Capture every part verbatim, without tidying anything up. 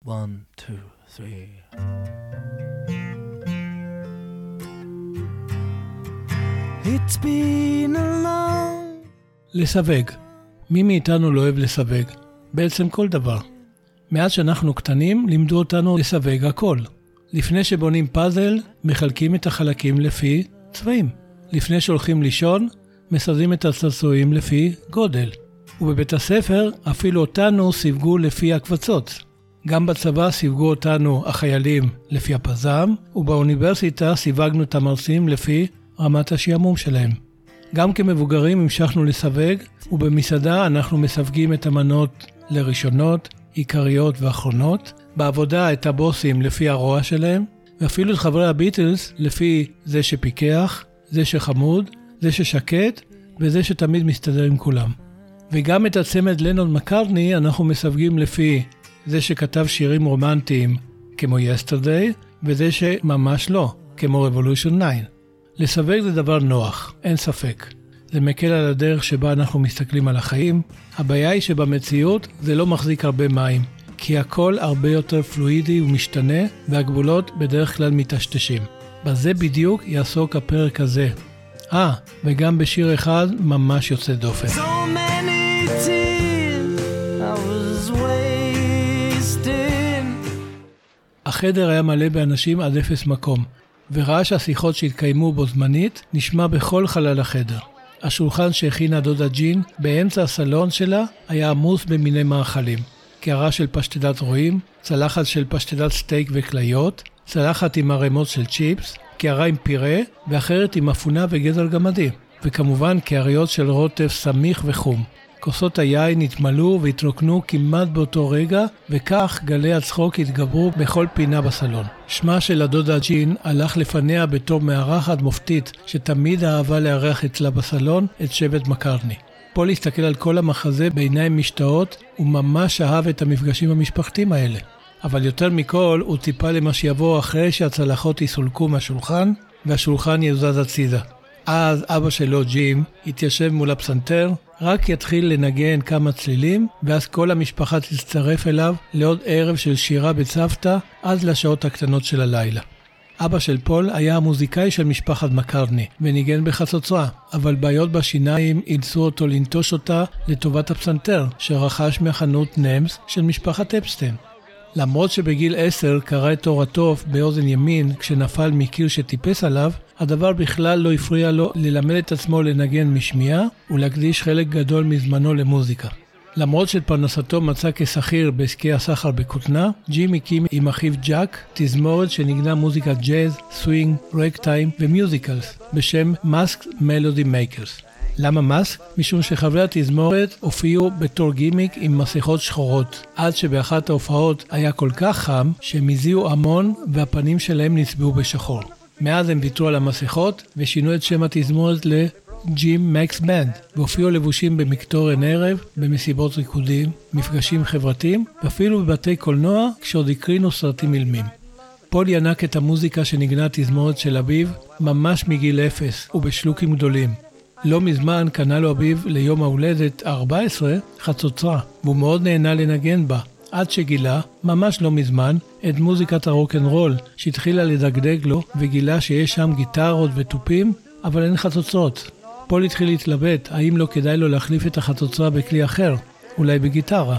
one, two, three. It's been a long... לסווג. מי מאיתנו לא אוהב לסווג? בעצם כל דבר. מאז שאנחנו קטנים, לימדו אותנו לסווג הכל. לפני שבונים פאזל, מחלקים את החלקים לפי צבעים. לפני שהולכים לישון, מסדרים את הצעצועים לפי גודל. ובבית הספר אפילו אותנו סיווגו לפי הקבצות. גם בצבא סיווגו אותנו החיילים לפי הפזם, ובאוניברסיטה סיווגנו את המרצים לפי רמת השעמום שלהם. גם כמבוגרים המשכנו לסווג, ובמסעדה אנחנו מסווגים את המנות לראשונות, עיקריות ואחרונות, בעבודה את הבוסים לפי הרוע שלהם, ואפילו את חברי הביטלס לפי זה שפיקח, זה שחמוד, זה ששקט, וזה שתמיד מסתדר עם כולם. וגם את הצמד לנון מקרטני אנחנו מסווגים לפי זה שכתב שירים רומנטיים כמו Yesterday, וזה שממש לא, כמו Revolution תשע. לסווג זה דבר נוח, אין ספק. זה מקל על הדרך שבה אנחנו מסתכלים על החיים. הבעיה היא שבמציאות זה לא מחזיק הרבה מים, כי הכל הרבה יותר פלואידי ומשתנה, והגבולות בדרך כלל מתשתשים. בזה בדיוק יעסוק הפרק הזה. אה, וגם בשיר אחד ממש יוצא דופן. So many tears I was wasting. החדר היה מלא באנשים עד אפס מקום, ורעש השיחות שהתקיימו בו זמנית נשמע בכל חלל החדר. השולחן שהכינה דודה ג'ין באמצע הסלון שלה היה עמוס במיני מאכלים. קערה של פשטדת רועים, צלחת של פשטדת סטייק וכליות, צלחת עם ערימות של צ'יפס, קערה עם פירה ואחרת עם אפונה וגזר גמדי, וכמובן קעריות של רוטף סמיך וחום. כוסות היין התמלאו והתרוקנו כמעט באותו רגע, וכך גלי הצחוק התגברו בכל פינה בסלון. שמה של הדודה ג'ין הלך לפניה בתור מארחת מופתית שתמיד אהבה לארח אצלה בסלון את שבט מקרטני. פול הסתכל על כל המחזה בעיניים משתאות וממש אהב את המפגשים המשפחתיים האלה. אבל יותר מכל הוא ציפה למה שיבוא אחרי שהצלחות יסולקו מהשולחן והשולחן יזוז הצידה. אז אבא שלו ג'ים התיישב מול הפסנתר, רק יתחיל לנגן כמה צלילים, ואז כל המשפחה תצטרף אליו לעוד ערב של שירה בצוותא עד לשעות הקטנות של הלילה. אבא של פול היה המוזיקאי של משפחת מקרטני, וניגן בחצוצרה, אבל בעיות בשיניים אילצו אותו לנטוש אותה לטובת הפסנתר, שרכש מהחנות נמס של משפחת אפסטיין. למרות שבגיל עשר קרא את אור התוף באוזן ימין כשנפל מקיר שטיפס עליו, הדבר בכלל לא הפריע לו ללמד את עצמו לנגן משמיעה ולהקדיש חלק גדול מזמנו למוזיקה. למרות שפרנסתו מצא כשכיר בעסקי הסחר בכותנה, ג'ים הקים עם אחיו ג'אק תזמורת שנגנה מוזיקת ג'אז, סווינג, רקטיים ומיוזיקלס בשם Masked Melody Makers. למה מאסק? משום שחברי התזמורת הופיעו בתור גימיק עם מסכות שחורות, עד שבאחת ההופעות היה כל כך חם שהם הזיעו המון והפנים שלהם נצבעו בשחור. מאז הם ויתרו על המסכות ושינו את שם התזמורת לג'ים מקס בנד, והופיעו לבושים במקטורן ערב, במסיבות ריקודים, מפגשים חברתיים ואפילו בבתי קולנוע כשעוד הקרינו סרטים אילמים. פול ינק את המוזיקה שנגנה התזמורת של אביו ממש מגיל אפס ובשלוקים גדולים. לא מזמן קנה לו אביו ליום ההולדת ה-ארבע עשרה חצוצרה, והוא מאוד נהנה לנגן בה, עד שגילה, ממש לא מזמן, את מוזיקת הרוק'נ'רול שהתחילה לדגדג לו, וגילה שיש שם גיטרות וטופים, אבל אין חצוצרות. פול התחיל להתלבט האם לא כדאי לו להחליף את החצוצרה בכלי אחר, אולי בגיטרה.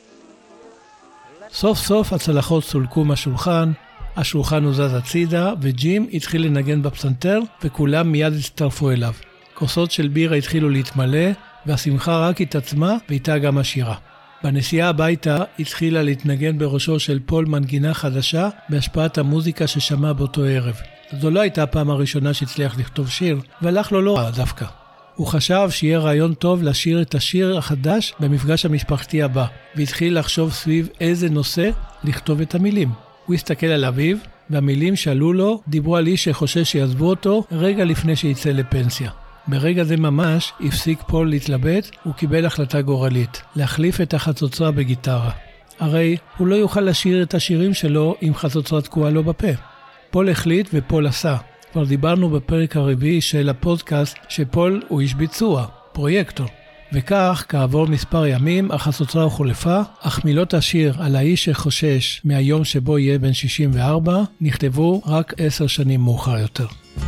סוף סוף הצלחות סולקו מהשולחן, השולחן הוזז הצידה, וג'ים התחיל לנגן בפסנתר, וכולם מיד הצטרפו אליו. כוסות של בירה התחילו להתמלא, והשמחה רק התעצמה ואיתה גם השירה. בנסיעה הביתה התחילה להתנגן בראשו של פול מנגינה חדשה בהשפעת המוזיקה ששמע באותו ערב. זו לא הייתה הפעם הראשונה שהצליח לכתוב שיר, והלך לו לא רע דווקא. הוא חשב שיהיה רעיון טוב לשיר את השיר החדש במפגש המשפחתי הבא, והתחיל לחשוב סביב איזה נושא לכתוב את המילים. הוא הסתכל על אביו, והמילים שעלו לו דיברו על איש שחושש שיעזבו אותו רגע לפני שיצא לפנסיה. ברגע זה ממש הפסיק פול להתלבט וקיבל החלטה גורלית, להחליף את החצוצרה בגיטרה. הרי הוא לא יוכל לשיר את השירים שלו עם חצוצרה תקועה לו בפה. פול החליט ופול עשה. כבר דיברנו בפרק הרביעי של הפודקאסט שפול הוא איש ביצוע, פרויקטור. וכך, כעבור מספר ימים, החצוצרה הוחלפה, אך מילות השיר על האיש שחושש מהיום שבו יהיה בן שישים וארבע, נכתבו רק עשר שנים מאוחר יותר.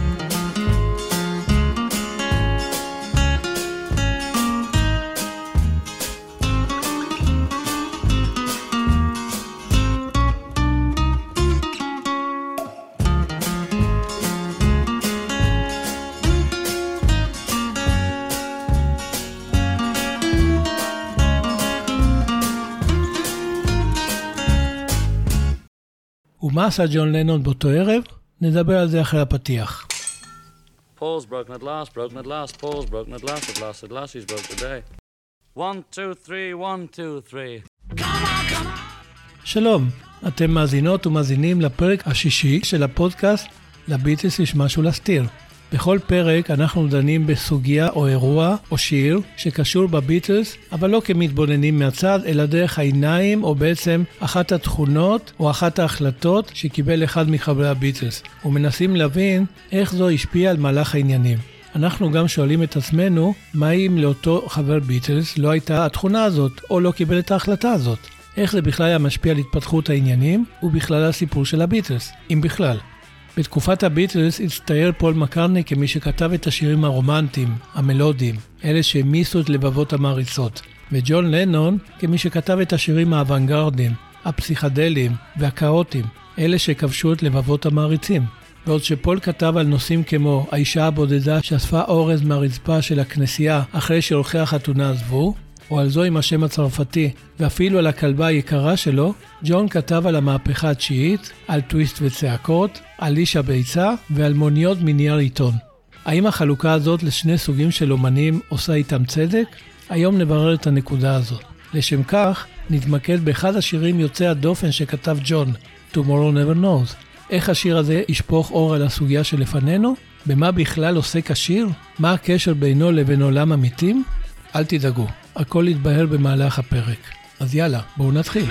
ומה עשה ג'ון לנון באותו ערב? נדבר על זה אחרי הפתיח. Paul's broken at last, broken at last, Paul's broken at last, at last, at last he's broke today. One, two, three, one, two, three. שלום, אתם מאזינות ומאזינים לפרק השישי של הפודקאסט לביטלס יש משהו להסתיר. בכל פרק אנחנו דנים בסוגיה או אירוע או שיר שקשור בביטלס, אבל לא כמתבוננים מהצד, אלא דרך העיניים או בעצם אחת התכונות או אחת ההחלטות שקיבל אחד מחברי הביטלס, ומנסים להבין איך זו השפיעה על מהלך העניינים. אנחנו גם שואלים את עצמנו, מה אם לאותו חבר ביטלס לא הייתה התכונה הזאת או לא קיבל את ההחלטה הזאת? איך זה בכלל היה משפיע על התפתחות העניינים ובכלל הסיפור של הביטלס, אם בכלל. בתקופת הביטלס הצטייר פול מקרטני כמי שכתב את השירים הרומנטיים, המלודיים, אלה שהמיסו את לבבות המעריצות, וג'ון לנון כמי שכתב את השירים האוונגרדיים, הפסיכדליים והקאוטיים, אלה שכבשו את לבבות המעריצים. בעוד שפול כתב על נושאים כמו האישה הבודדה שאספה אורז מהרצפה של הכנסייה אחרי שאורחי החתונה עזבו, או על זו עם השם הצרפתי, ואפילו על הכלבה היקרה שלו, ג'ון כתב על המהפכה התשיעית, על טוויסט וצעקות, על איש הביצה ועל מוניות מנייר עיתון. האם החלוקה הזאת לשני סוגים של אומנים עושה איתם צדק? היום נברר את הנקודה הזאת. לשם כך, נתמקד באחד השירים יוצאי הדופן שכתב ג'ון, Tomorrow Never Knows. איך השיר הזה ישפוך אור על הסוגיה שלפנינו? במה בכלל עוסק השיר? מה הקשר בינו לבין עולם המתים? אל תדאגו, הכל יתבהר במהלך הפרק. אז יאללה, בואו נתחיל.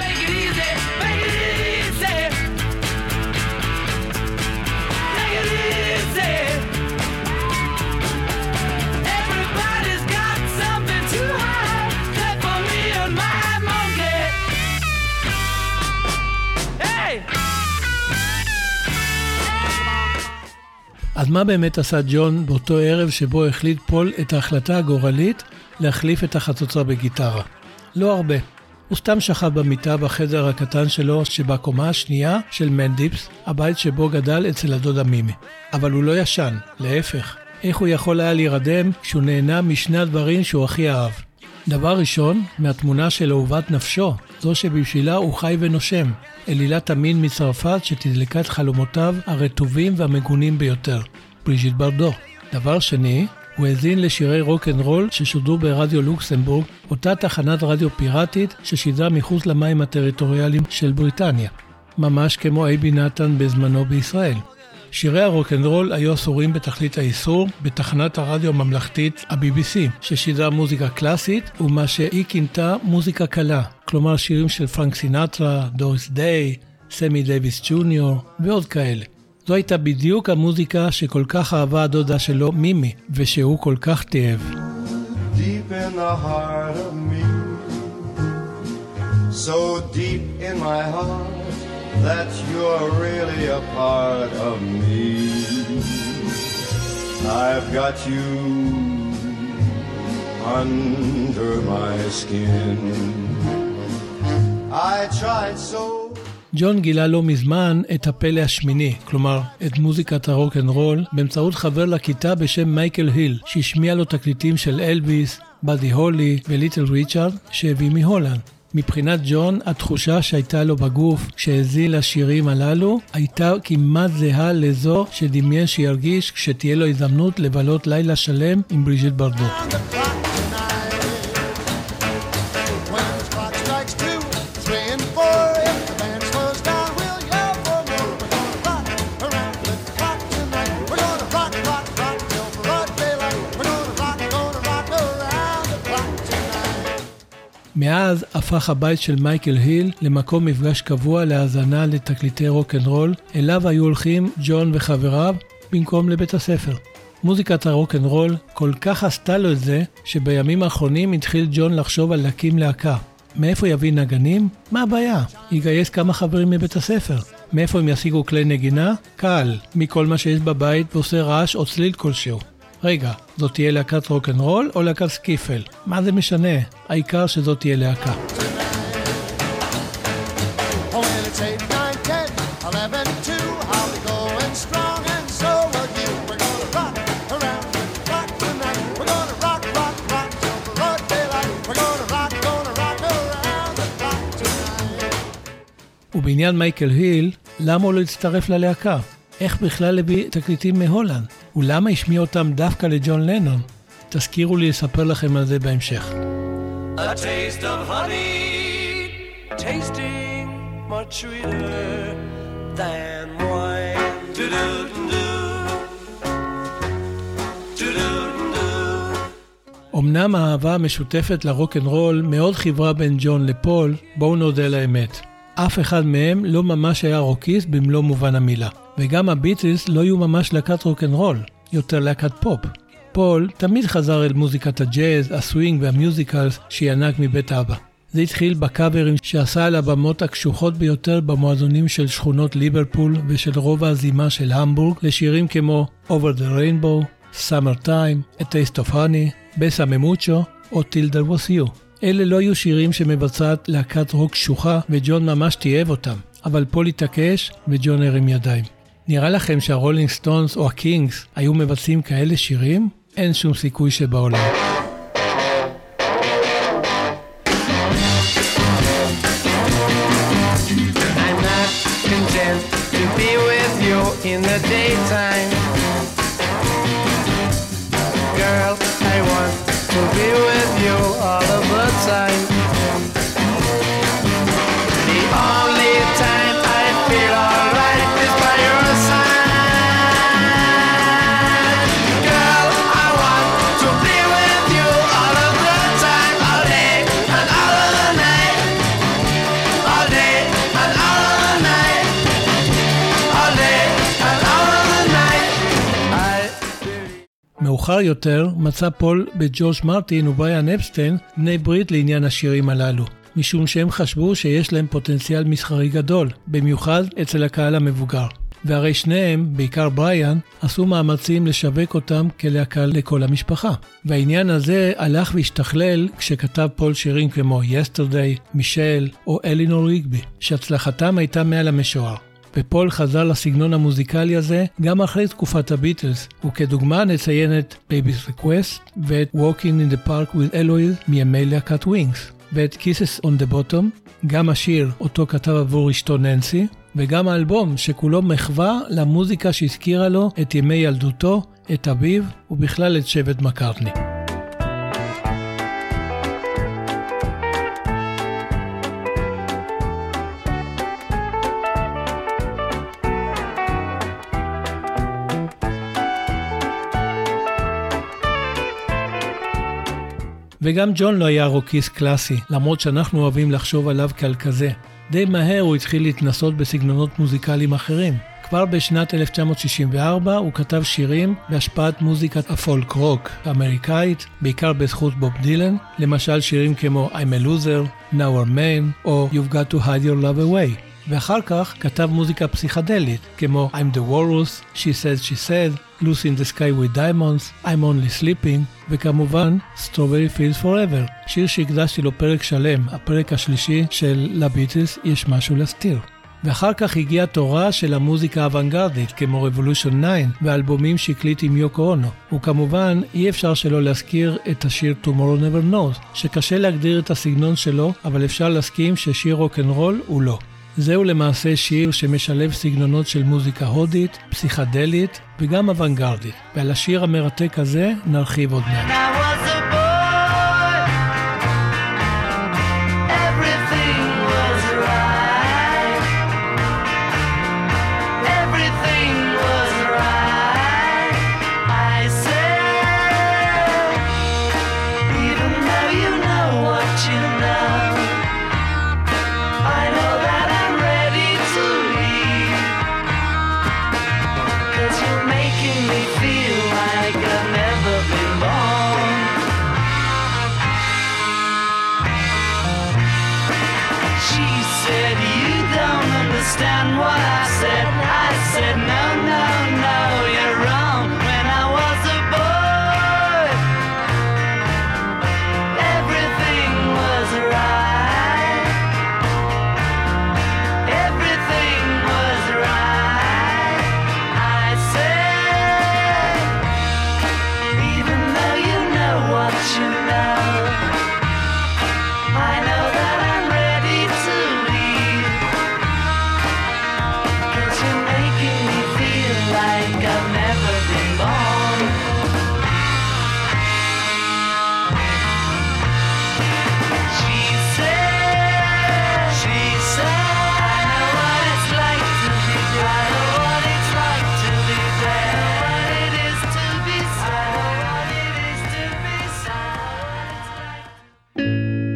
אז מה באמת עשה ג'ון באותו ערב שבו החליט פול את ההחלטה הגורלית להחליף את החצוצרה בגיטרה? לא הרבה. הוא סתם שכב במיטה בחדר הקטן שלו שבקומה השנייה של מנדיפס, הבית שבו גדל אצל הדודה מימי. אבל הוא לא ישן, להפך. איך הוא יכול היה להירדם כשהוא נהנה משני הדברים שהוא הכי אהב? דבר ראשון, מהתמונה של אהובת נפשו, זו שבשבילה הוא חי ונושם, אלילת המין מצרפת שתדלקה את חלומותיו הרטובים והמגונים ביותר, בריז'יט ברדו. דבר שני, הוא האזין לשירי רוק אנד רול ששודרו ברדיו לוקסמבורג, אותה תחנת רדיו פיראטית ששידרה מחוץ למים הטריטוריאליים של בריטניה, ממש כמו אייבי נתן בזמנו בישראל. שירי הרוק אנד רול היו אסורים בתכלית האיסור בתחנת הרדיו הממלכתית ה-בי בי סי, ששידרה מוזיקה קלאסית ומה שהיא כינתה מוזיקה קלה, כלומר שירים של פרנק סינטרה, דוריס דיי, סמי דייוויס ג'וניור ועוד כאלה. זו הייתה בדיוק המוזיקה שכל כך אהבה הדודה שלו מימי, ושהוא כל כך תאהב. Deep in the heart of me, so deep in my heart, that you're really a part of me. I've got you under my skin. I tried so. ג'ון גילה לא מזמן את הפלא השמיני, כלומר את מוזיקת הרוק אנד רול, באמצעות חבר לכיתה בשם מייקל היל, שהשמיע לו תקליטים של אלביס, באדי הולי וליטל ריצ'רד שהביא מהולנד. מבחינת ג'ון, התחושה שהייתה לו בגוף כשהאזין לשירים הללו הייתה כמעט זהה לזו שדמיין שירגיש כשתהיה לו הזדמנות לבלות לילה שלם עם בריז'יט ברדו. מאז הפך הבית של מייקל היל למקום מפגש קבוע להאזנה לתקליטי רוק אנד רול, אליו היו הולכים ג'ון וחבריו במקום לבית הספר. מוזיקת הרוק אנד רול כל כך עשתה לו את זה, שבימים האחרונים התחיל ג'ון לחשוב על להקים להקה. מאיפה יביא נגנים? מה הבעיה? יגייס כמה חברים מבית הספר. מאיפה הם ישיגו כלי נגינה? קל, מכל מה שיש בבית ועושה רעש או צליל כלשהו. רגע, זאת תהיה להקת רוק אנד רול או להקת סקיפל? מה זה משנה? העיקר שזאת תהיה להקה. ובעניין מייקל היל, למה הוא לא הצטרף ללהקה? איך בכלל הביא תקליטים מהולנד? ולמה השמיע אותם דווקא לג'ון לנון? תזכירו לי לספר לכם על זה בהמשך. A taste of honey, tasting much sweeter than wine. Do-do-do-do, do-do-do. אמנם האהבה המשותפת לרוק אנד רול מאוד חיברה בין ג'ון לפול, בואו נודה לאמת. אף אחד מהם לא ממש היה רוקיסט במלוא מובן המילה. וגם הביטלס לא היו ממש להקת רוק אנד רול, יותר להקת פופ. פול תמיד חזר אל מוזיקת הג'אז, הסווינג והמיוזיקלס שינק מבית אבא. זה התחיל בקאברים שעשה על הבמות הקשוחות ביותר במועדונים של שכונות ליברפול ושל רוב הזימה של המבורג לשירים כמו Over the Rainbow, Summertime, A Taste of Honey, Besame Mucho או Till There Was You. אלה לא היו שירים שמבצעת להקת רוק קשוחה וג'ון ממש תיאב אותם, אבל פול התעקש וג'ון הרים ידיים. נראה לכם שהרולינג סטונס או הקינגס היו מבצעים כאלה שירים? אין שום סיכוי שבעולם. I'm not content to be with you in the daytime. Girl, I want to be with you all of the time. The only time I feel alright is by your side. Girl, I want to be with you all of the time, all day and all of the night. All day and all of the night. All day and all of the night. I believe. מאוחר יותר מצא פול בג'ורג' מרטין ובריאן אפסטיין בני ברית לעניין השירים הללו, משום שהם חשבו שיש להם פוטנציאל מסחרי גדול, במיוחד אצל הקהל המבוגר. והרי שניהם, בעיקר בריאן, עשו מאמצים לשווק אותם כלהקה לכל המשפחה. והעניין הזה הלך והשתכלל כשכתב פול שירים כמו Yesterday, מישל או אלינור ריגבי, שהצלחתם הייתה מעל המשוער. ופול חזר לסגנון המוזיקלי הזה גם אחרי תקופת הביטלס, וכדוגמה נציין את Baby's Request ואת Walking in the Park with Eloise מימי להקת ווינגס, ואת Kisses on the Bottom, גם השיר אותו כתב עבור אשתו ננסי, וגם האלבום שכולו מחווה למוזיקה שהזכירה לו את ימי ילדותו, את אביו ובכלל את שבט מקארטני. וגם ג'ון לא היה רוקיסט קלאסי, למרות שאנחנו אוהבים לחשוב עליו כעל כזה. די מהר הוא התחיל להתנסות בסגנונות מוזיקליים אחרים. כבר בשנת אלף תשע מאות שישים וארבע הוא כתב שירים בהשפעת מוזיקת הפולק רוק האמריקאית, בעיקר בזכות בוב דילן, למשל שירים כמו I'm a Loser, Now or Man או You've Got to Hide Your Love Away. ואחר כך כתב מוזיקה פסיכדלית כמו I'm the Walrus, She Said She Said, Lucy in the Sky with Diamonds, I'm Only Sleeping, וכמובן Strawberry Fields Forever, שיר שהקדשתי לו פרק שלם, הפרק השלישי של לביטלס יש משהו להסתיר. ואחר כך הגיעה תורה של המוזיקה האוונגרדית כמו Revolution תשע ואלבומים שהקליט עם יוקו אונו. וכמובן אי אפשר שלא להזכיר את השיר Tomorrow Never Knows, שקשה להגדיר את הסגנון שלו, אבל אפשר להסכים ששיר רוק אנד רול הוא לא. זהו למעשה שיר שמשלב סגנונות של מוזיקה הודית, פסיכדלית וגם אוונגרדית. ועל השיר המרתק הזה נרחיב עוד מעט. Making me feel like understand what I said. I said, no, no, no, you're wrong. When I was a boy, everything was right. Everything was right. I said, even though you know what you know, I know that I'm ready to leave. 'Cause you're making me feel like I've never been born. She said, she said, I know what it's like to be dead. I know what it's like to be dead. I know what it is to be sad. I know what it is to be sad. I know what it's like.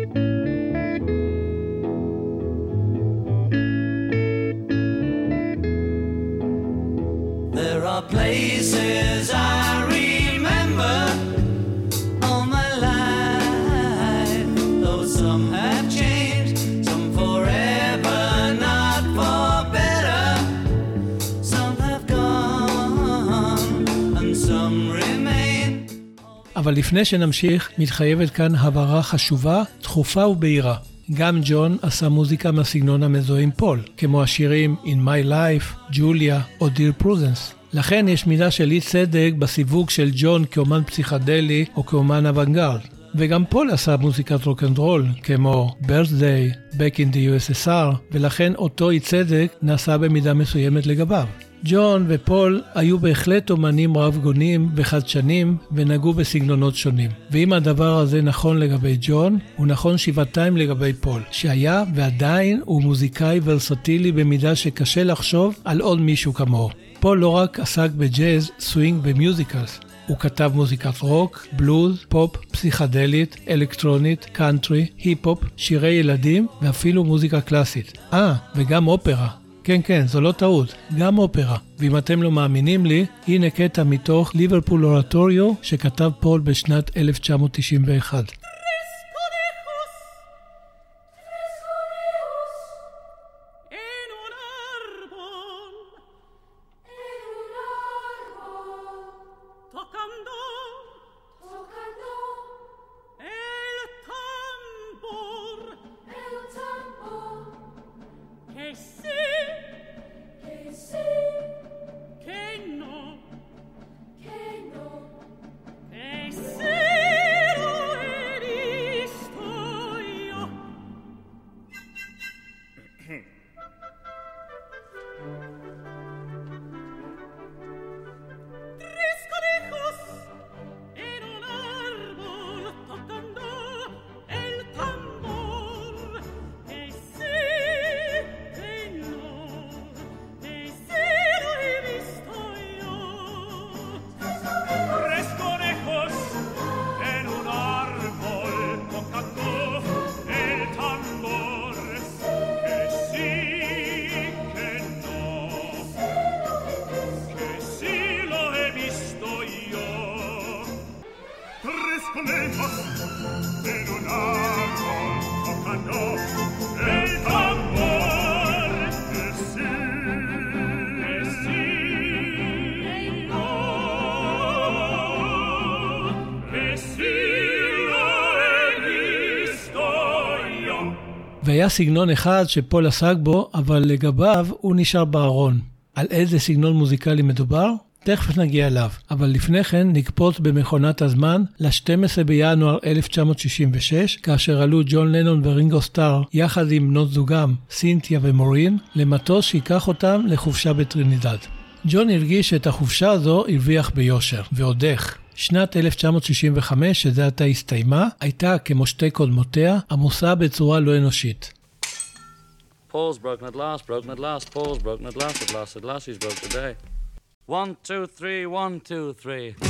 There are places I remember all my life, though some have changed, some forever, not for better. Some have gone and some remain. אבל לפני שנמשיך, מתחייבת כאן הבהרה חשובה, דחופה ובהירה. גם ג'ון עשה מוזיקה מהסגנון המזוהה עם פול, כמו השירים In My Life, Julia או Dear Prudence. לכן יש מידה של אי צדק בסיווג של ג'ון כאומן פסיכדלי או כאומן אוונגרד. וגם פול עשה מוזיקת רוקנדרול, כמו Birthday, Back in the יו אס אס אר, ולכן אותו אי צדק נעשה במידה מסוימת לגביו. ג'ון ופול היו בהחלט אומנים רב גונים וחדשנים ונגעו בסגנונות שונים. ואם הדבר הזה נכון לגבי ג'ון, הוא נכון שבעתיים לגבי פול, שהיה ועדיין הוא מוזיקאי ורסטילי במידה שקשה לחשוב על עוד מישהו כמוהו. פול לא רק עסק בג'אז, סווינג ומיוזיקלס, הוא כתב מוזיקת רוק, בלוז, פופ, פסיכדלית, אלקטרונית, קאנטרי, היפ-הופ, שירי ילדים ואפילו מוזיקה קלאסית. אה, וגם אופרה. כן, כן, זו לא טעות, גם אופרה. ואם אתם לא מאמינים לי, הנה קטע מתוך ליברפול אורטוריו שכתב פול בשנת אלף תשע מאות תשעים ואחת. והיה סגנון אחד שפול עסק בו, אבל לגביו הוא נשאר בארון. על איזה סגנון מוזיקלי מדובר? תכף נגיע אליו, אבל לפני כן נקפוץ במכונת הזמן ל-שנים עשר בינואר אלף תשע מאות שישים ושש, כאשר עלו ג'ון לנון ורינגו סטאר יחד עם בנות זוגם, סינתיה ומורין, למטוס שיקח אותם לחופשה בטרינידד. ג'ון הרגיש את החופשה הזו הרוויח ביושר, ועוד איך. שנת אלף תשע מאות שישים וחמש, שזה עתה הסתיימה, הייתה, כמו שתי קודמותיה, עמוסה בצורה לא אנושית. Paul's broken at last, broken at last, Paul's broken at last, at last, at last he's broke today. One, two, three, one, two, three.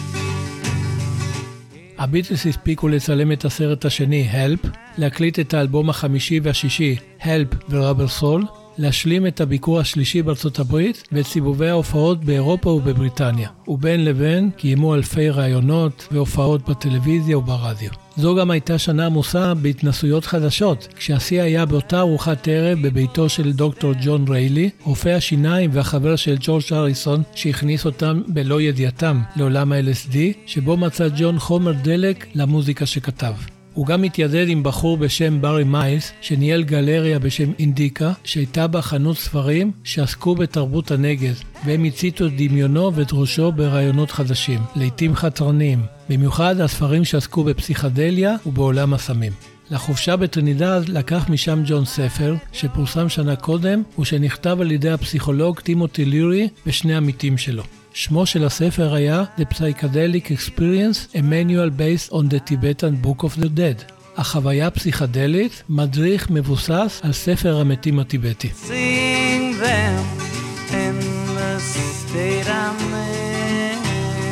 הביטלס הספיקו לצלם את הסרט השני, Help, להקליט את האלבום החמישי והשישי, Help ורבר סול, להשלים את הביקור השלישי בארצות הברית ואת סיבובי ההופעות באירופה ובבריטניה. ובין לבין קיימו אלפי רעיונות והופעות בטלוויזיה וברדיו. זו גם הייתה שנה עמוסה בהתנסויות חדשות, כשהשיא היה באותה ארוחת ערב בביתו של דוקטור ג'ון ריילי, רופא השיניים והחבר של ג'ורג' הריסון, שהכניס אותם בלא ידיעתם לעולם ה-אל אס די, שבו מצא ג'ון חומר דלק למוזיקה שכתב. הוא גם התיידד עם בחור בשם ברי מיילס, שניהל גלריה בשם אינדיקה, שהייתה בה חנות ספרים שעסקו בתרבות הנגז, והם הציתו את דמיונו ודרושו ברעיונות חדשים, לעתים חתרניים, במיוחד הספרים שעסקו בפסיכדליה ובעולם הסמים. לחופשה בטרינידד לקח משם ג'ון ספר, שפורסם שנה קודם, ושנכתב על ידי הפסיכולוג טימותי לירי ושני עמיתים שלו. שמו של הספר היה The Psychedelic Experience, a Manual Based on the Tibetan Book of the Dead. החוויה הפסיכדלית, מדריך מבוסס על ספר המתים הטיבטי. Seeing them in the state I'm in.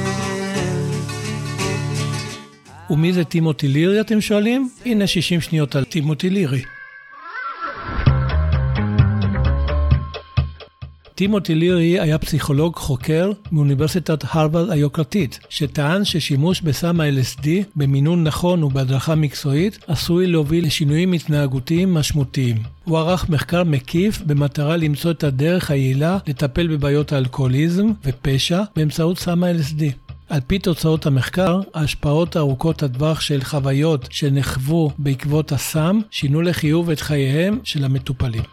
ומי זה טימותי לירי אתם שואלים? הנה שישים שניות על טימותי לירי. טימותי לירי היה פסיכולוג חוקר מאוניברסיטת הרווארד היוקרתית, שטען ששימוש בסם ה-אל אס די במינון נכון ובהדרכה מקצועית עשוי להוביל לשינויים התנהגותיים משמעותיים. הוא ערך מחקר מקיף במטרה למצוא את הדרך היעילה לטפל בבעיות האלכוהוליזם ופשע באמצעות סם ה-אל אס די. על פי תוצאות המחקר, ההשפעות הארוכות הטווח של חוויות שנחוו בעקבות הסם שינו לחיוב את חייהם של המטופלים.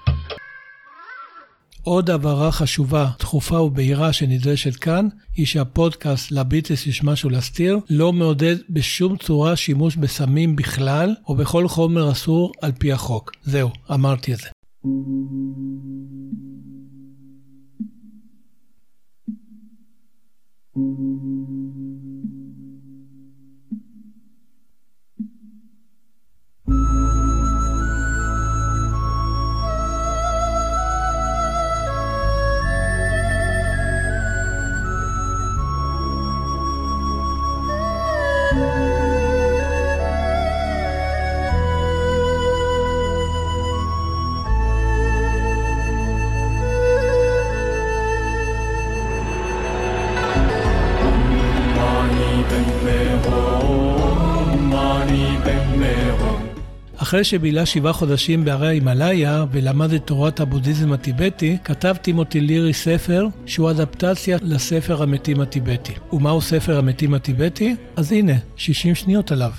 עוד הבהרה חשובה, דחופה ובהירה שנדרשת כאן, היא שהפודקאסט לביטלס יש משהו להסתיר, לא מעודד בשום צורה שימוש בסמים בכלל, או בכל חומר אסור על פי החוק. זהו, אמרתי את זה. אחרי שבילה שבעה חודשים בערי ההימאליה ולמד את תורת הבודהיזם הטיבטי, כתב טימותי לירי ספר שהוא אדפטציה לספר המתים הטיבטי. ומהו ספר המתים הטיבטי? אז הנה, שישים שניות עליו.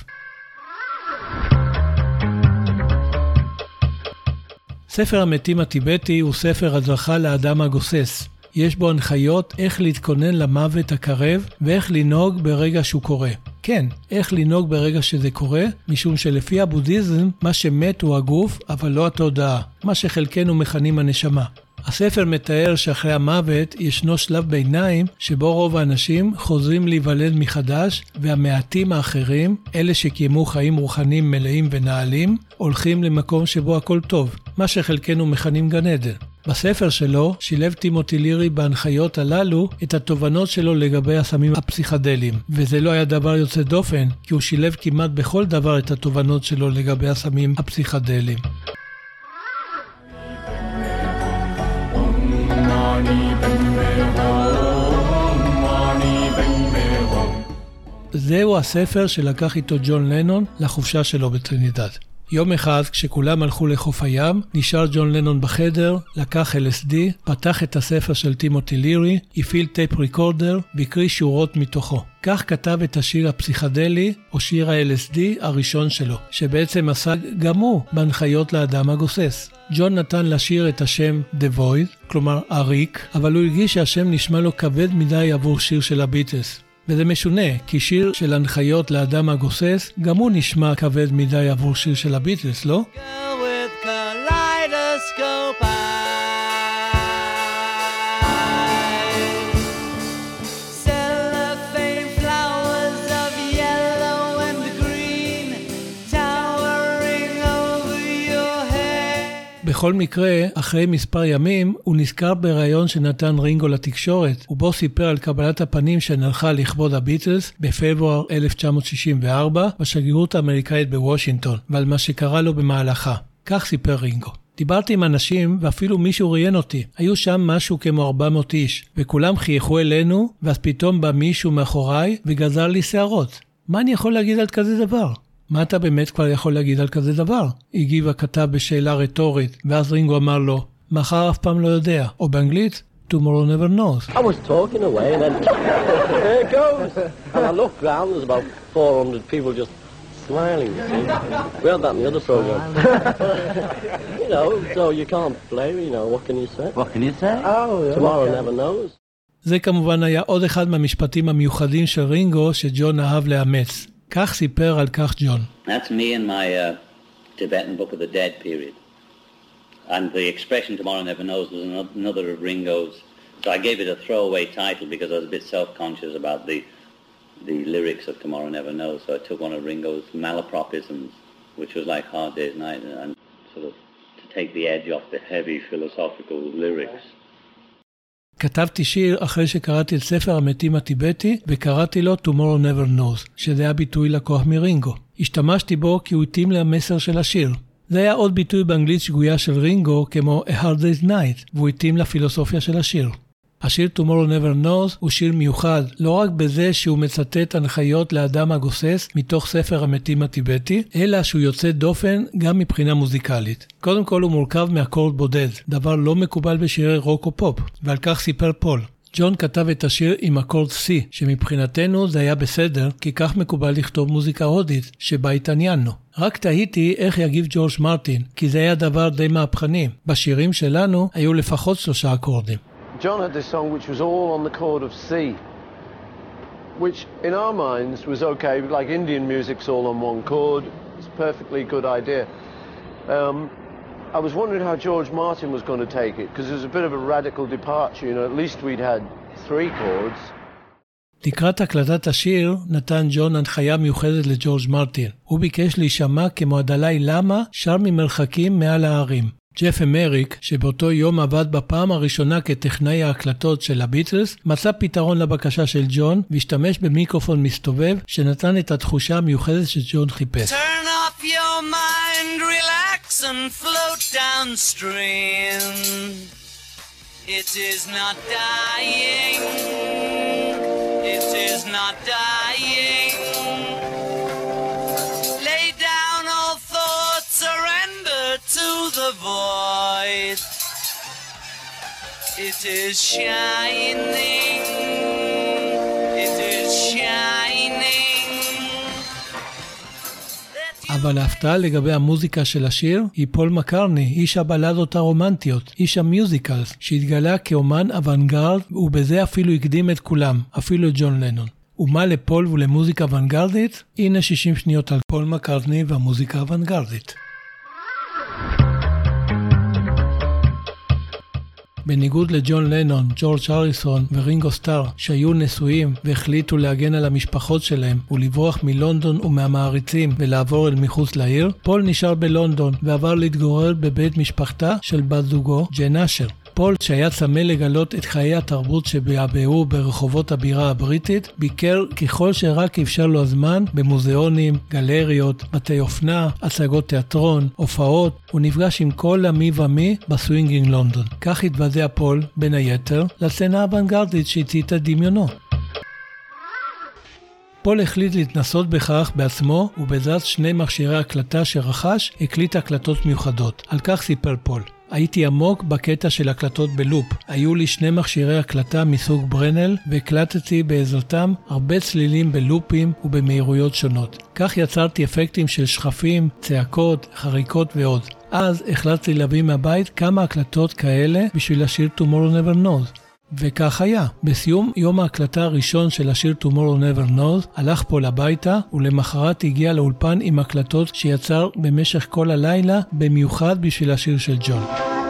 ספר המתים הטיבטי הוא ספר הדרכה לאדם הגוסס. יש בו הנחיות איך להתכונן למוות הקרב ואיך לנהוג ברגע שהוא קורה. כן, איך לנהוג ברגע שזה קורה, משום שלפי הבודהיזם, מה שמת הוא הגוף, אבל לא התודעה, מה שחלקנו מכנים הנשמה. הספר מתאר שאחרי המוות ישנו שלב ביניים שבו רוב האנשים חוזרים להיוולד מחדש, והמעטים האחרים, אלה שקיימו חיים רוחניים מלאים ונעלים, הולכים למקום שבו הכל טוב, מה שחלקנו מכנים גן עדן. בספר שלו שילב טימותי לירי בהנחיות הללו את התובנות שלו לגבי הסמים הפסיכדליים, וזה לא היה דבר יוצא דופן, כי הוא שילב כמעט בכל דבר את התובנות שלו לגבי הסמים הפסיכדליים. זהו הספר שלקח איתו ג'ון לנון לחופשה שלו בטרינידד. יום אחד, כשכולם הלכו לחוף הים, נשאר ג'ון לנון בחדר, לקח אל אס די, פתח את הספר של טימותי לירי, הפעיל טייפ ריקורדר והקריא שורות מתוכו. כך כתב את השיר הפסיכדלי, או שיר ה-אל אס די הראשון שלו, שבעצם עסק גם הוא בהנחיות לאדם הגוסס. ג'ון נתן לשיר את השם The Void, כלומר הריק, אבל הוא הרגיש שהשם נשמע לו כבד מדי עבור שיר של הביטלס. וזה משונה, כי שיר של הנחיות לאדם הגוסס, גם הוא נשמע כבד מדי עבור שיר של הביטלס, לא? בכל מקרה, אחרי מספר ימים, הוא נזכר בראיון שנתן רינגו לתקשורת, ובו סיפר על קבלת הפנים שנערכה לכבוד הביטלס בפברואר אלף תשע מאות שישים וארבע בשגרירות האמריקאית בוושינגטון, ועל מה שקרה לו במהלכה. כך סיפר רינגו. דיברתי עם אנשים ואפילו מישהו ראיין אותי. היו שם משהו כמו ארבע מאות איש, וכולם חייכו אלינו, ואז פתאום בא מישהו מאחוריי וגזר לי שערות. מה אני יכול להגיד על כזה דבר? מה אתה באמת כבר יכול להגיד על כזה דבר? הגיב הכתב בשאלה רטורית, ואז רינגו אמר לו, מחר אף פעם לא יודע, או באנגלית, tomorrow never knows. I was talking away and then there it goes. And I looked round, there's about four hundred people just smiling, you see. We had that in the other program. You know, so you can't play, you know, what can you say? What can you say? Oh, yeah. Tomorrow never knows. זה כמובן היה עוד אחד מהמשפטים המיוחדים של רינגו שג'ון אהב לאמץ. כך סיפר על כך ג'ון. That's me in my uh, Tibetan Book of the Dead period. And the expression tomorrow never knows was another of Ringo's. So I gave it a throwaway title because I was a bit self-conscious about the the lyrics of Tomorrow Never Knows. So I took one of Ringo's malapropisms, which was like Hard Day's Night, and sort of to take the edge off the heavy philosophical lyrics. כתבתי שיר אחרי שקראתי את ספר המתים הטיבטי, וקראתי לו Tomorrow Never Knows, שזה היה ביטוי לקוח מרינגו. השתמשתי בו כי הוא התאים למסר של השיר. זה היה עוד ביטוי באנגלית שגויה של רינגו כמו A Hard Day's Night, והוא התאים לפילוסופיה של השיר. השיר Tomorrow Never Knows הוא שיר מיוחד, לא רק בזה שהוא מצטט הנחיות לאדם הגוסס מתוך ספר המתים הטיבטי, אלא שהוא יוצא דופן גם מבחינה מוזיקלית. קודם כל הוא מורכב מאקורד בודד, דבר לא מקובל בשירי רוק או פופ, ועל כך סיפר פול. ג'ון כתב את השיר עם אקורד C, שמבחינתנו זה היה בסדר, כי כך מקובל לכתוב מוזיקה הודית, שבה התעניינו. רק תהיתי איך יגיב ג'ורג' מרטין, כי זה היה דבר די מהפכני. בשירים שלנו היו לפחות שלושה אקורדים. John had this song which was all on the chord of C, which in our minds was okay, like Indian music's all on one chord. It's a perfectly good idea. Um, I was wondering how George Martin was going to take it, because it was a bit of a radical departure, you know, at least we'd had three chords. לקראת הקלטת השיר נתן ג'ון הנחיה מיוחדת לג'ורג' מרטין. הוא ביקש להישמע כמו הדלאי למה שר ממרחקים מעל הערים. ג'ף אמריק, שבאותו יום עבד בפעם הראשונה כטכנאי ההקלטות של הביטלס, מצא פתרון לבקשה של ג'ון והשתמש במיקרופון מסתובב שנתן את התחושה המיוחדת שג'ון חיפש. Turn off your mind, relax and float downstream. It is not dying. It is not dying. Lay down all thoughts, surrender to the void. It is shining. It is shining. אבל ההפתעה לגבי המוזיקה של השיר היא פול מקרני, איש הבלדות הרומנטיות, איש המיוזיקלס, שהתגלה כאומן אוונגרד, ובזה אפילו הקדים את כולם, אפילו ג'ון לנון. ומה לפול ולמוזיקה אוונגרדית? הנה שישים שניות על פול מקרני והמוזיקה האוונגרדית. בניגוד לג'ון לנון, ג'ורג' הריסון ורינגו סטאר שהיו נשואים והחליטו להגן על המשפחות שלהם ולברוח מלונדון ומהמעריצים ולעבור אל מחוץ לעיר, פול נשאר בלונדון ועבר להתגורר בבית משפחתה של בת זוגו, ג'ן אשר. פול, שהיה צמא לגלות את חיי התרבות שבעבעו ברחובות הבירה הבריטית, ביקר ככל שרק אפשר לו הזמן במוזיאונים, גלריות, בתי אופנה, הצגות תיאטרון, הופעות, ונפגש עם כל המי ומי בסווינגינג לונדון. כך התוודע פול, בין היתר, לסצנה האוונגרדית שהציתה דמיונו. פול החליט להתנסות בכך בעצמו, ובעזרת שני מכשירי הקלטה שרכש, הקליט הקלטות מיוחדות. על כך סיפר פול. הייתי עמוק בקטע של הקלטות בלופ. היו לי שני מכשירי הקלטה מסוג ברנל, והקלטתי בעזרתם הרבה צלילים בלופים ובמהירויות שונות. כך יצרתי אפקטים של שכפים, צעקות, חריקות ועוד. אז החלטתי להביא מהבית כמה הקלטות כאלה בשביל השיר Tomorrow Never Knows. וכך היה. בסיום יום ההקלטה הראשון של השיר Tomorrow Never Knows, הלך פול הביתה, ולמחרת הגיע לאולפן עם הקלטות שיצר במשך כל הלילה, במיוחד בשביל השיר של ג'ון.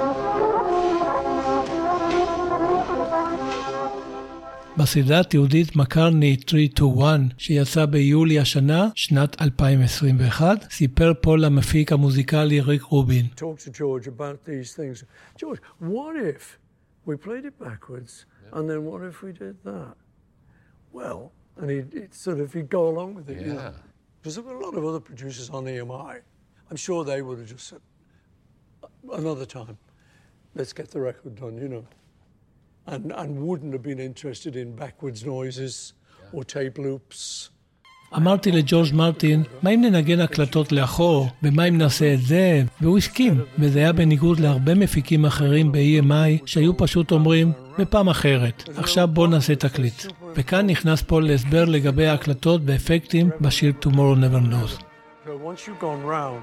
בסדרה התיעודית מקרני שלוש שתיים אחת, שיצא ביולי השנה, שנת אלפיים עשרים ואחת, סיפר פול למפיק המוזיקלי ריק רובין. Talk to George about these things. George, what if we played it backwards, yeah. And then what if we did that? Well, and he'd, he'd sort of, he'd go along with it, yeah. You know. Because there were a lot of other producers on E M I. I'm sure they would have just said, another time, let's get the record done, you know. And, and wouldn't have been interested in backwards noises, yeah. Or tape loops. Of אמרתי לג'ורג' מרטין, מה אם ננגן הקלטות לאחור, ומה אם נעשה את זה, והוא הסכים, וזה היה בניגוד להרבה מפיקים אחרים ב-E M I, שהיו פשוט אומרים, בפעם אחרת, עכשיו בוא נעשה תקליט. וכאן נכנס פול להסבר לגבי ההקלטות ואפקטים בשיר Tomorrow Never Knows. So once you've gone round,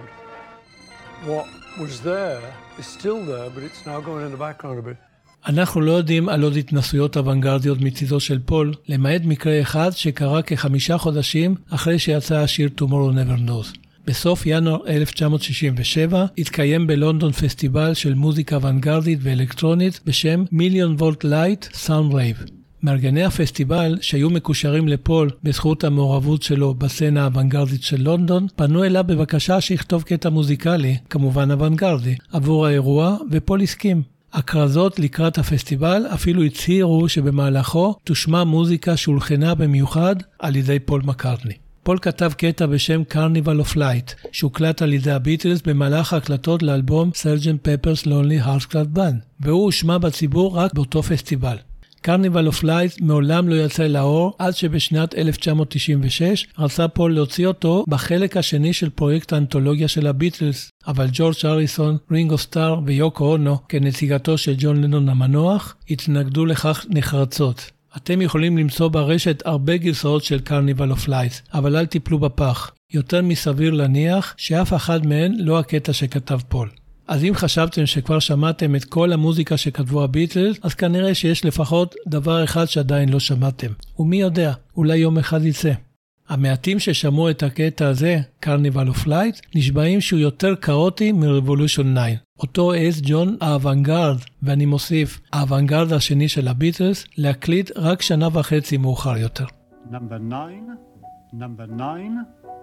what was there is still there, but it's now going in the background a bit. אנחנו לא יודעים על עוד התנסויות אוונגרדיות מצידו של פול, למעט מקרה אחד שקרה כחמישה חודשים אחרי שיצא השיר Tomorrow Never Knows. בסוף ינואר אלף תשע מאות שישים ושבע התקיים בלונדון פסטיבל של מוזיקה אוונגרדית ואלקטרונית בשם מיליון וולט לייט סאונד רייב. מארגני הפסטיבל שהיו מקושרים לפול בזכות המעורבות שלו בסצנה האוונגרדית של לונדון, פנו אליו בבקשה שיכתוב קטע מוזיקלי, כמובן אוונגרדי, עבור האירוע, ופול הסכים. הקרזות לקראת הפסטיבל אפילו הצהירו שבמהלכו תושמע מוזיקה שהולחנה במיוחד על ידי פול מקרטני. פול כתב קטע בשם Carnival of Light, שהוקלט על ידי הביטלס במהלך ההקלטות לאלבום סרג'נט פפרס לונלי הארטס קלאב בנד, והוא הושמע בציבור רק באותו פסטיבל. Carnival of Light מעולם לא יצא לאור, עד שבשנת אלף תשע מאות תשעים ושש רצה פול להוציא אותו בחלק השני של פרויקט האנתולוגיה של הביטלס, אבל ג'ורג' אריסון, רינגו סטאר ויוקו אונו, כנציגתו של ג'ון לנון המנוח, התנגדו לכך נחרצות. אתם יכולים למצוא ברשת הרבה גרסאות של Carnival of Light, אבל אל תיפלו בפח. יותר מסביר להניח שאף אחד מהן לא הקטע שכתב פול. אז אם חשבתם שכבר שמעתם את כל המוזיקה שכתבו הביטלס, אז כנראה שיש לפחות דבר אחד שעדיין לא שמעתם. ומי יודע, אולי יום אחד יצא. המעטים ששמעו את הקטע הזה, Carnival of Light, נשבעים שהוא יותר כאוטי מ-Revolution תשע. אותו העז ג'ון האוונגרד, ואני מוסיף, האוונגרד השני של הביטלס, להקליט רק שנה וחצי מאוחר יותר. Number nine, number nine.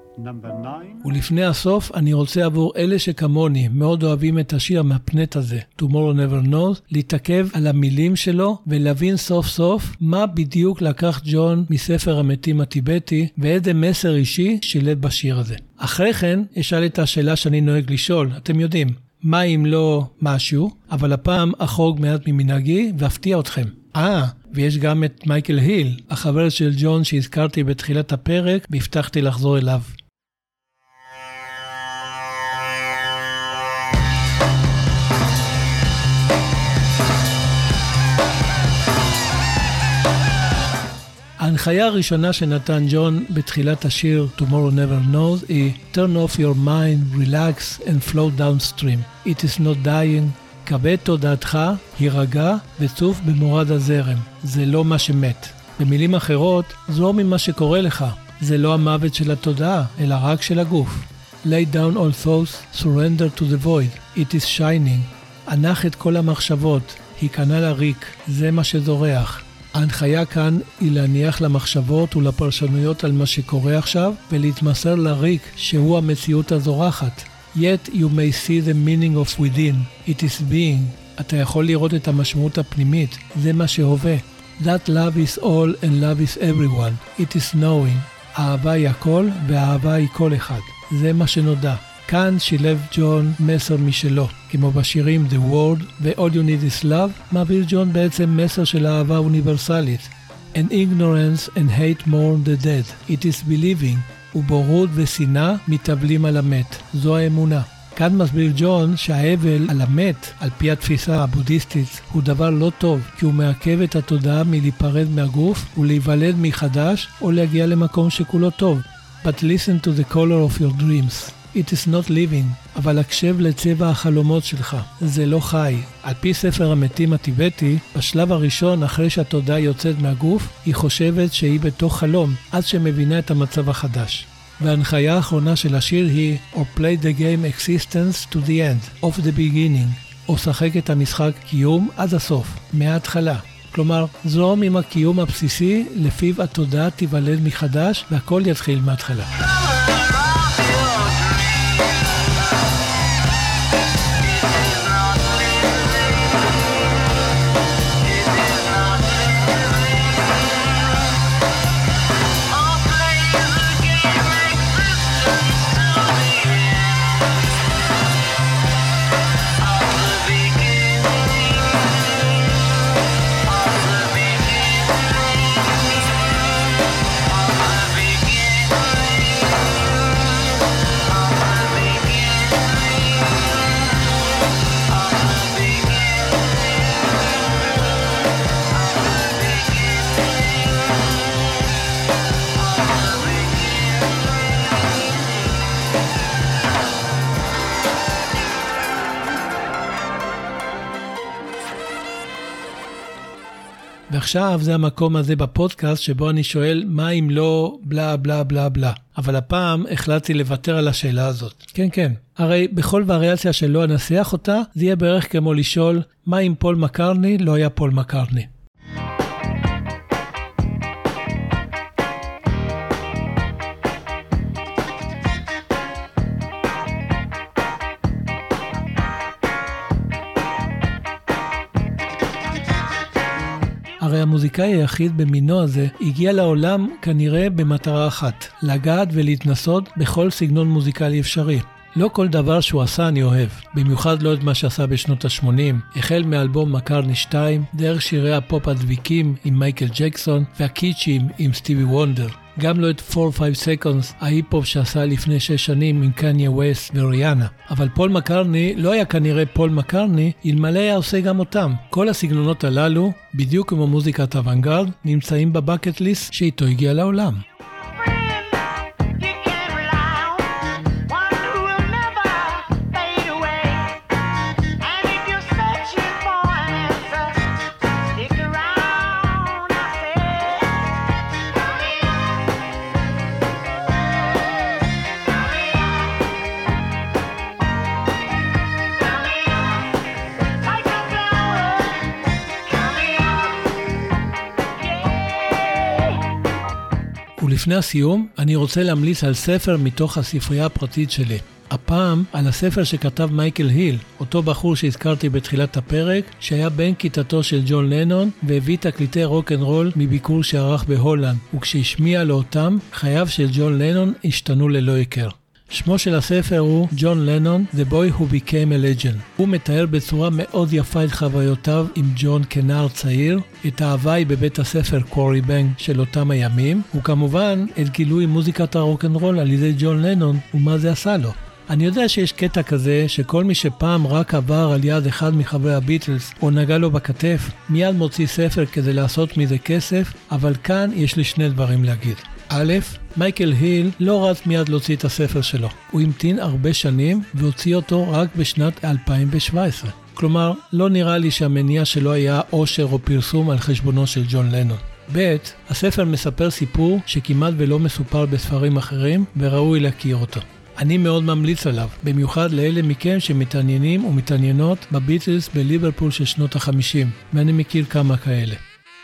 ולפני הסוף אני רוצה עבור אלה שכמוני מאוד אוהבים את השיר מהפנט הזה, Tomorrow Never Knows, להתעכב על המילים שלו ולהבין סוף סוף מה בדיוק לקח ג'ון מספר המתים הטיבטי ואיזה מסר אישי שילב בשיר הזה. אחרי כן אשאל את השאלה שאני נוהג לשאול, אתם יודעים, מה אם לא משהו, אבל הפעם אחרוג מעט ממנהגי ואפתיע אתכם. אה, ויש גם את מייקל היל, החבר של ג'ון שהזכרתי בתחילת הפרק, והבטחתי לחזור אליו. ההנחיה הראשונה שנתן ג'ון בתחילת השיר Tomorrow Never Knows היא Turn off your mind, relax and flow downstream. It is not dying. קבל תודעתך, הירגע וצוף במורד הזרם. זה לא מה שמת. במילים אחרות, זו ממה שקורה לך. זה לא המוות של התודעה, אלא רק של הגוף. Lay down all thoughts, surrender to the void. It is shining. ענך את כל המחשבות, היכנע לריק. זה מה שזורח. ההנחיה כאן היא להניח למחשבות ולפרשנויות על מה שקורה עכשיו, ולהתמסר לריק שהוא המציאות הזורחת. Yet you may see the meaning of within. It is being. אתה יכול לראות את המשמעות הפנימית. זה מה שהווה. That love is all and love is everyone. It is knowing. האהבה היא הכל והאהבה היא כל אחד. זה מה שנודע. כאן שילב ג'ון מסר משלו. כמו בשירים The World ו-All You Need Is Love, מעביר ג'ון בעצם מסר של אהבה אוניברסלית. And ignorance and hate mourn the dead. It is believing. ובורות ושנאה מתאבלים על המת. זו האמונה. כאן מסביר ג'ון שהאבל על המת, על פי התפיסה הבודהיסטית, הוא דבר לא טוב, כי הוא מעכב את התודעה מלהיפרד מהגוף ולהיוולד מחדש או להגיע למקום שכולו טוב. But listen to the color of your dreams. It is not living, אבל הקשב לצבע החלומות שלך. זה לא חי. על פי ספר המתים הטיבטי, בשלב הראשון אחרי שהתודעה יוצאת מהגוף, היא חושבת שהיא בתוך חלום, עד שמבינה את המצב החדש. וההנחיה האחרונה של השיר היא or play the game existence to the end of the beginning, או שחק את המשחק קיום עד הסוף, מההתחלה. כלומר, זרום עם הקיום הבסיסי, לפיו התודעה תיוולד מחדש והכל יתחיל מההתחלה. Beginning ועכשיו זה המקום הזה בפודקאסט שבו אני שואל מה אם לא בלה בלה בלה בלה. אבל הפעם החלטתי לוותר על השאלה הזאת. כן, כן. הרי בכל וריאציה שלא אנסח אותה, זה יהיה בערך כמו לשאול מה אם פול מקרטני לא היה פול מקרטני. הרי המוזיקאי היחיד במינו הזה הגיע לעולם כנראה במטרה אחת, לגעת ולהתנסות בכל סגנון מוזיקלי אפשרי. לא כל דבר שהוא עשה אני אוהב, במיוחד לא את מה שעשה בשנות ה-שמונים, החל מאלבום מקרטני שתיים, דרך שירי הפופ הדביקים עם מייקל ג'קסון והקיצ'ים עם סטיבי וונדר. גם לא את four five seconds, ההיפ-הופ שעשה לפני שש שנים עם קניה ווסט וריאנה. אבל פול מקרטני לא היה כנראה פול מקרטני, אלמלא היה עושה גם אותם. כל הסגנונות הללו, בדיוק כמו מוזיקת אוונגרד, נמצאים בבקט ליסט שאיתו הגיע לעולם. ולפני הסיום, אני רוצה להמליץ על ספר מתוך הספרייה הפרטית שלי. הפעם על הספר שכתב מייקל היל, אותו בחור שהזכרתי בתחילת הפרק, שהיה בן כיתתו של ג'ון לנון והביא תקליטי רוק אנד רול מביקור שערך בהולנד, וכשהשמיע לו אותם, חייו של ג'ון לנון השתנו ללא הכר. שמו של הספר הוא ג'ון לנון, The Boy Who Became a Legend. הוא מתאר בצורה מאוד יפה את חוויותיו עם ג'ון כנער צעיר, את ההוואי בבית הספר קורי בנג של אותם הימים, וכמובן את גילוי מוזיקת הרוק'נ'רול על ידי ג'ון לנון ומה זה עשה לו. אני יודע שיש קטע כזה שכל מי שפעם רק עבר על יד אחד מחברי הביטלס או נגע לו בכתף, מיד מוציא ספר כדי לעשות מזה כסף, אבל כאן יש לי שני דברים להגיד. א', מייקל היל לא רץ מיד להוציא את הספר שלו. הוא המתין הרבה שנים והוציא אותו רק בשנת אלפיים שבע עשרה. כלומר, לא נראה לי שהמניע שלו היה עושר או פרסום על חשבונו של ג'ון לנון. ב', הספר מספר סיפור שכמעט ולא מסופר בספרים אחרים וראוי להכיר אותו. אני מאוד ממליץ עליו, במיוחד לאלה מכם שמתעניינים ומתעניינות בביטלס בליברפול של שנות ה-חמישים, ואני מכיר כמה כאלה.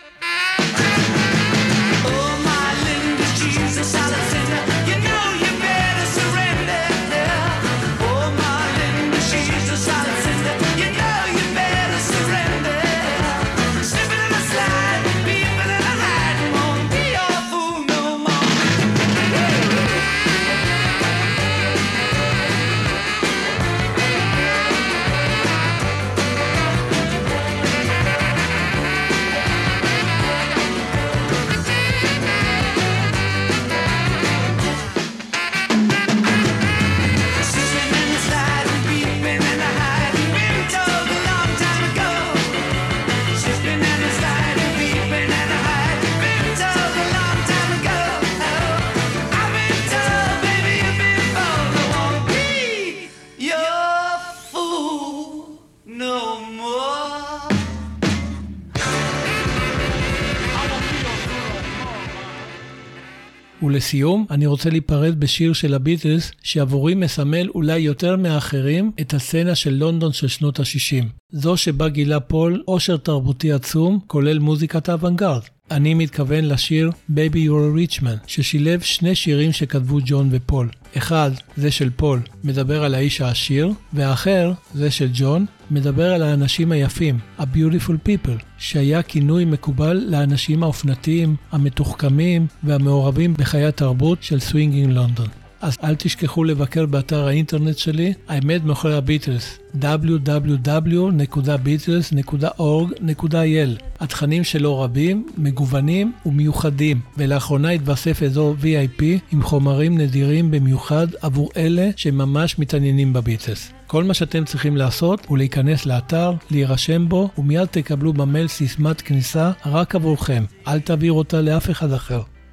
ולסיום, אני רוצה להיפרד בשיר של הביטלס, שעבורי מסמל אולי יותר מאחרים את הסצנה של לונדון של שנות ה-שישים. זו שבה גילה פול עושר תרבותי עצום, כולל מוזיקת האוונגרד. אני מתכוון לשיר Baby You're a Rich Man, ששילב שני שירים שכתבו ג'ון ופול. אחד, זה של פול, מדבר על האיש העשיר, והאחר, זה של ג'ון, מדבר על האנשים היפים, ה-Beautiful People, שהיה כינוי מקובל לאנשים האופנתיים, המתוחכמים והמעורבים בחיי התרבות של סווינגינג לונדון. אז אל תשכחו לבקר באתר האינטרנט שלי, האמת מאחורי הביטלס, דאבליו דאבליו דאבליו נקודה ביטלס נקודה אורג נקודה איי אל. התכנים שלו רבים, מגוונים ומיוחדים, ולאחרונה התווסף אזור וי איי פי עם חומרים נדירים במיוחד עבור אלה שממש מתעניינים בביטלס. כל מה שאתם צריכים לעשות הוא להיכנס לאתר, להירשם בו, ומיד תקבלו במייל סיסמת כניסה רק עבורכם. אל תעביר אותה לאף אחד אחר.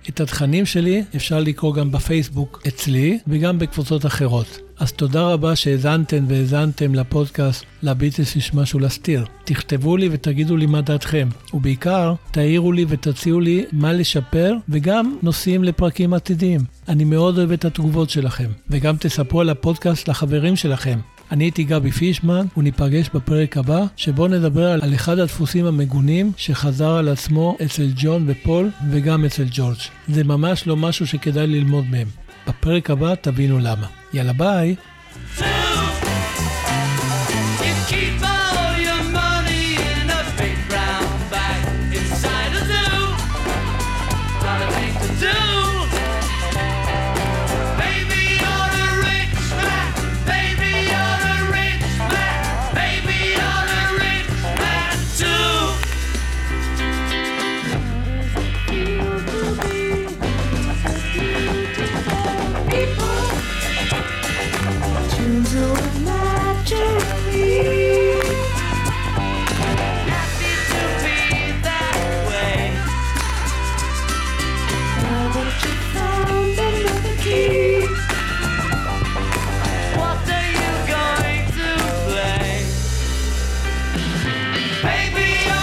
את התכנים שלי אפשר לקרוא גם בפייסבוק אצלי וגם בקבוצות אחרות. אז תודה רבה שהזנתם והזנתם לפודקאסט לביטלס יש משהו להסתיר. תכתבו לי ותגידו לי מה דעתכם, ובעיקר תעירו לי ותציעו לי מה לשפר וגם נושאים לפרקים עתידיים. אני מאוד אוהב את התגובות שלכם, וגם תספרו על הפודקאסט לחברים שלכם. אני הייתי גבי פישמן, וניפגש בפרק הבא, שבו נדבר על אחד הדפוסים המגונים שחזר על עצמו אצל ג'ון ופול וגם אצל ג'ורג'. זה ממש לא משהו שכדאי ללמוד מהם. בפרק הבא תבינו למה. יאללה ביי! Baby,